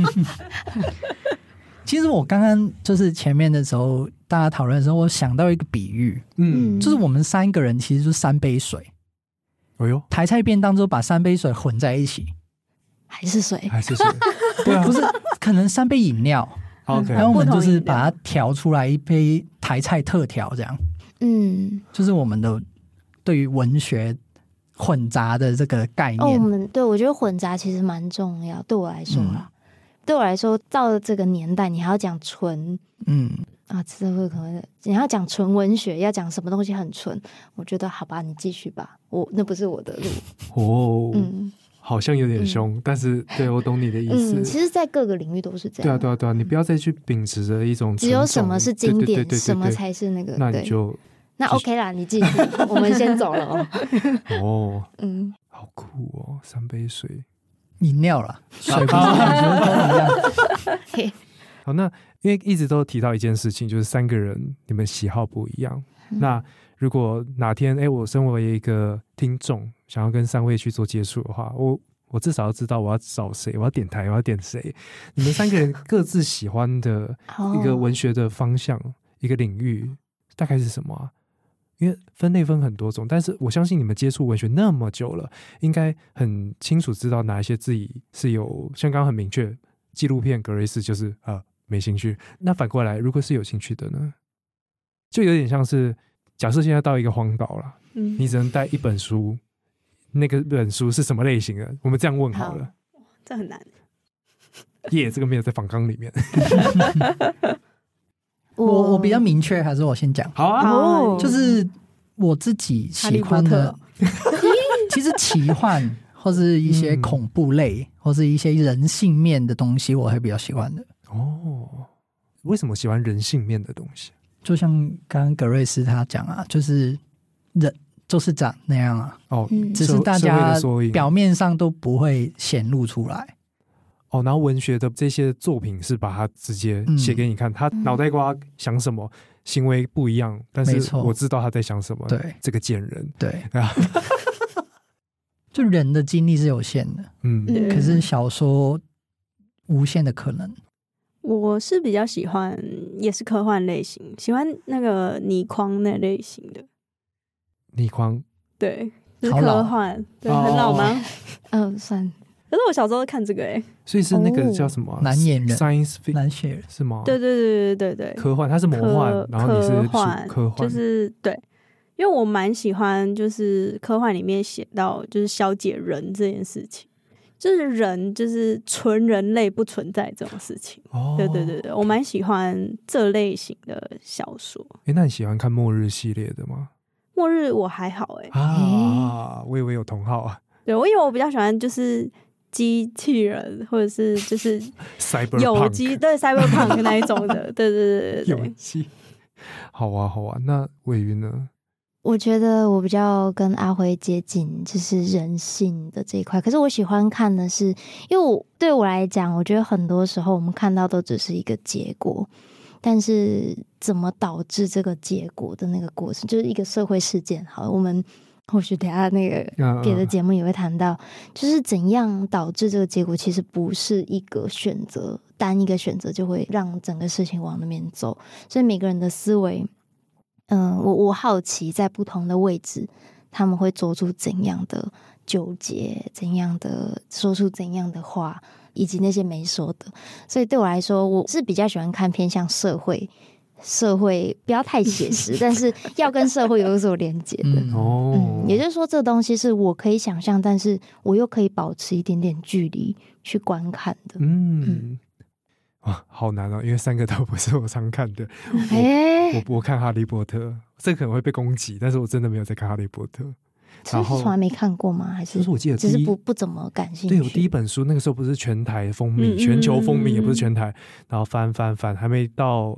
其实我刚刚就是前面的时候大家讨论的时候，我想到一个比喻，嗯，就是我们三个人其实就是三杯水。 哎呦， 台菜便当之后把三杯水混在一起， 还是水， 还是水， 对啊，不是可能三杯饮料。 OK， 然后我们就是把它调出来一杯台菜特调，这样， 嗯， 就是我们的对于文学混杂的这个概念。 哦，我们对我觉得混杂其实蛮重要，对我来说啦，嗯、对我来说，到了这个年代，你还要讲纯，嗯啊，这会可能你要讲纯文学，要讲什么东西很纯，我觉得好吧，你继续吧，我那不是我的路。 哦，嗯。好像有点凶、嗯、但是对我懂你的意思、 嗯、其实在各个领域都是这样。 对啊对啊对啊，你不要再去秉持着一种只有什么是经典，对对对对对对， 什么才是那个， 那你就那 OK 啦，你继续我们先走了哦。 哦，嗯，好酷哦，三杯水饮料啦，水不是都一样。 好，那因为一直都提到一件事情，就是三个人你们喜好不一样、嗯、那如果哪天哎，我身为一个听众想要跟三位去做接触的话，我我至少要知道我要找谁，我要点台，我要点谁。你们三个人各自喜欢的一个文学的方向、oh. 一个领域大概是什么啊？因为分类分很多种，但是我相信你们接触文学那么久了，应该很清楚知道哪一些自己是有，像刚刚很明确，纪录片格瑞斯就是呃没兴趣。那反过来，如果是有兴趣的呢，就有点像是。假设现在到一个荒岛了、嗯，你只能带一本书，那个本书是什么类型的？我们这样问好了。 好，这很难。 耶、yeah, ，这个没有在访纲里面。 我我比较明确，还是我先讲？ 好啊， 就是我自己喜欢的，其实奇幻或是一些恐怖类，嗯、或是一些人性面的东西，我还比较喜欢的。 哦，为什么喜欢人性面的东西？ 就像刚刚格瑞斯他讲啊，就是人就是长那样啊，哦，只是大家表面上都不会显露出来。 哦，然后文学的这些作品是把它直接写给你看，嗯、他脑袋瓜想什么，行为不一样，但是我知道他在想什么。 对， 这个贱人， 对，就人的精力是有限的，嗯，可是小说无限的可能。 我是比较喜欢，也是科幻类型，喜欢那个倪匡那类型的。 倪匡， 对，就是科幻，对，很老吗？ 嗯，算。 可是我小时候看这个、欸，哎， 所以是那个叫什么、啊哦、 蓝眼人 ，Science Fiction 蓝血人是吗？ 对对对对对对， 科幻，它是魔幻，然后你是科幻， 科幻， 就是对，因为我蛮喜欢，就是科幻里面写到就是消解人这件事情。就是人就是纯人类不存在这种事情、哦、对对对对，我蛮喜欢这类型的小说。 诶，那你喜欢看末日系列的吗？ 末日我还好诶、 欸、啊，我以为有同好啊。 对，我以为我比较喜欢就是机器人或者是就是有机对 cyberpunk 那一种的对对对对对， 有机。好啊好啊，那伟云呢？ 我觉得我比较跟阿辉接近，就是人性的这一块。可是我喜欢看的是，因为我对我来讲，我觉得很多时候我们看到都只是一个结果，但是怎么导致这个结果的那个过程，就是一个社会事件。好，我们或许等一下那个别的节目也会谈到，就是怎样导致这个结果，其实不是一个选择，单一个选择就会让整个事情往那边走。所以每个人的思维。嗯，我我好奇在不同的位置，他们会做出怎样的纠结，怎样的说出怎样的话，以及那些没说的。所以对我来说，我是比较喜欢看偏向社会，社会不要太写实，但是要跟社会有所连接的。嗯哦、嗯，也就是说，这个东西是我可以想象，但是我又可以保持一点点距离去观看的。嗯。嗯哇，好难哦，因为三个都不是我常看的。欸、我我我看哈利波特，这可能会被攻击，但是我真的没有在看哈利波特。 然后从来没看过吗？还是就是我记得只是不不怎么感兴趣。 对，我第一本书那个时候不是全台风靡，嗯、全球风靡也不是全台，然后翻翻翻，还没到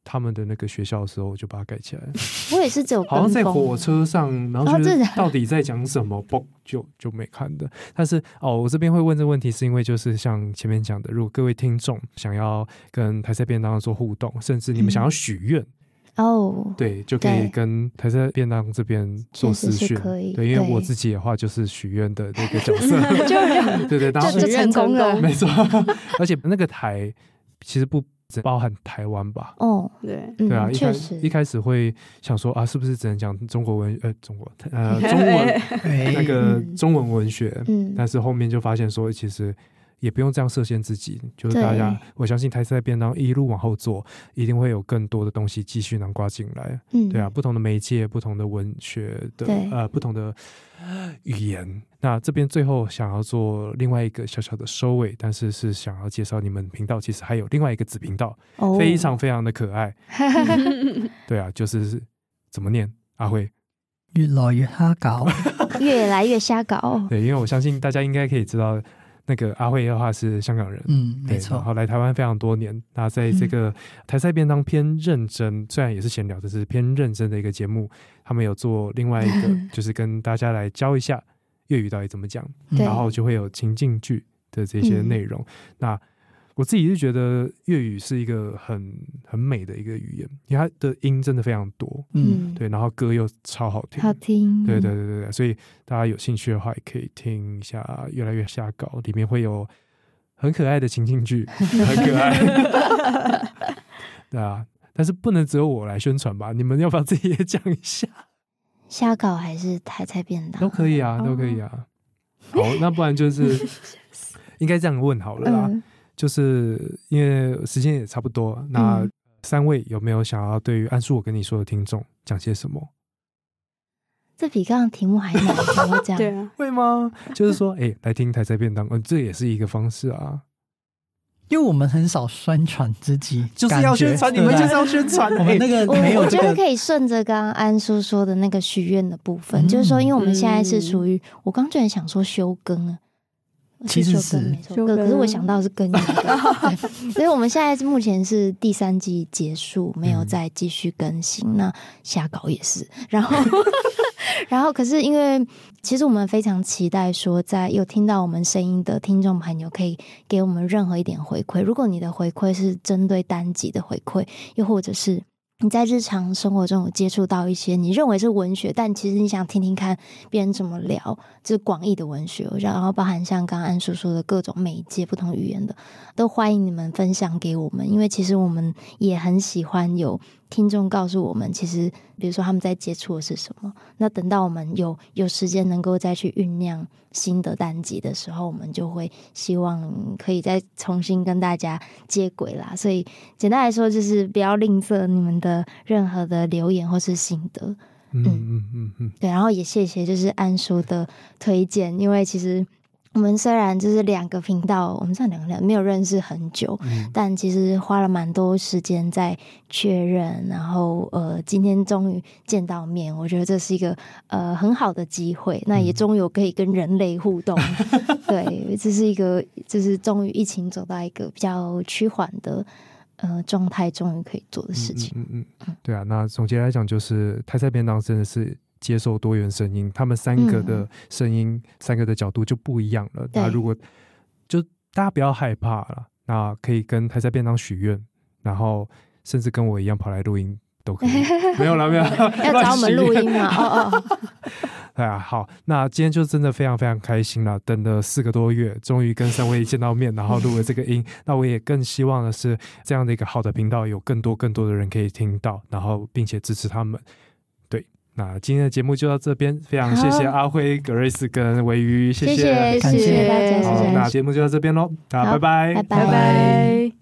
他们的那个学校的时候，我就把它盖起来了。 我也是只有跟风， 好像在火车上，然后觉得到底在讲什么，嘣、哦、就就没看的。但是哦，我这边会问这个问题，是因为就是像前面讲的，如果各位听众想要跟台菜便当做互动，甚至你们想要许愿。嗯哦，对，就可以跟台菜便当这边做私讯，对，因为我自己的话就是许愿的那个角色，就对对， 就就成功了， 没错。而且那个台其实不只包含台湾吧？哦， 对， 对啊， 嗯、 一开始一开始会想说啊，是不是只能讲中国文呃中国呃中文那个中文文学？嗯，但是后面就发现说，其实。也不用这样设限自己，就是大家，我相信台菜便当一路往后做，一定会有更多的东西继续囊括进来。嗯，对啊，不同的媒介、不同的文学的呃，不同的语言。那这边最后想要做另外一个小小的收尾，但是是想要介绍你们频道，其实还有另外一个子频道，哦、非常非常的可爱。对啊，就是怎么念？阿辉。 越来越瞎搞， 越来越瞎搞。 对，因为我相信大家应该可以知道。那个阿慧的话是香港人， 嗯，没错， 然后来台湾非常多年。那在这个台菜便当偏认真，嗯、虽然也是闲聊，但是偏认真的一个节目，他们有做另外一个，就是跟大家来教一下粤语到底怎么讲，然后就会有情境剧的这些内容。嗯、那我自己是觉得粤语是一个很很美的一个语言，因为它的音真的非常多，嗯，对，然后歌又超好听， 好听， 对对对对，所以大家有兴趣的话，也可以听一下《越来越瞎搞》，里面会有很可爱的情境剧，很可爱，对啊，但是不能只有我来宣传吧？你们要不要自己也讲一下？ 瞎搞还是台菜便当都可以啊，都可以啊。哦、好，那不然就是应该这样问好了啦。嗯，就是因为时间也差不多，那三位有没有想要对于安叔我跟你说的听众讲些什么？ 这比刚刚题目还难，怎么讲？ 对啊， 会吗？就是说，哎、欸，来听台菜便当，嗯，这也是一个方式啊。 因为我们很少宣传自己， 就是要宣传，你们就是要宣传。 我们那个没有、 这个，我觉得可以顺着刚刚安叔说的那个许愿的部分，嗯、就是说，因为我们现在是属于，嗯、我刚居然想说休更啊。 其实是没错，可是我想到是更一个，所以我们现在目前是第三季结束，没有再继续更新。嗯、那瞎搞也是，然后，然后可是因为其实我们非常期待说，在有听到我们声音的听众朋友可以给我们任何一点回馈。如果你的回馈是针对单集的回馈，又或者是你在日常生活中有接触到一些你认为是文学，但其实你想听听看别人怎么聊，就是广义的文学，然后包含像刚刚安叔说的各种媒介、不同语言的，都欢迎你们分享给我们，因为其实我们也很喜欢有听众告诉我们，其实比如说他们在接触的是什么。那等到我们有有时间能够再去酝酿新的单集的时候，我们就会希望可以再重新跟大家接轨啦。所以简单来说，就是不要吝啬你们的任何的留言或是心得。 嗯嗯嗯嗯， 对，然后也谢谢就是安叔的推荐，因为其实我们虽然就是两个频道，我们这两个人没有认识很久，嗯、但其实花了蛮多时间在确认，然后呃，今天终于见到面，我觉得这是一个呃很好的机会，那也终于有可以跟人类互动，嗯、对，这是一个就是终于疫情走到一个比较趋缓的呃状态，终于可以做的事情。 嗯嗯嗯，对啊，那总结来讲，就是台菜便当真的是接受多元声音，他们三个的声音、嗯、三个的角度就不一样了。那如果就大家不要害怕了，那可以跟台菜便当许愿，然后甚至跟我一样跑来录音都可以。没有啦，没有啦， 要找我们录音嘛？哦哦。 哎呀，好，那今天就真的非常非常开心了，等了四个多月，终于跟三位见到面，然后录了这个音。那我也更希望的是，这样的一个好的频道，有更多更多的人可以听到，然后并且支持他们。对，那今天的节目就到这边，非常谢谢阿辉、格瑞斯跟维瑜，谢谢谢谢谢大家，谢谢。 那节目就到这边喽，大家拜拜， 拜拜。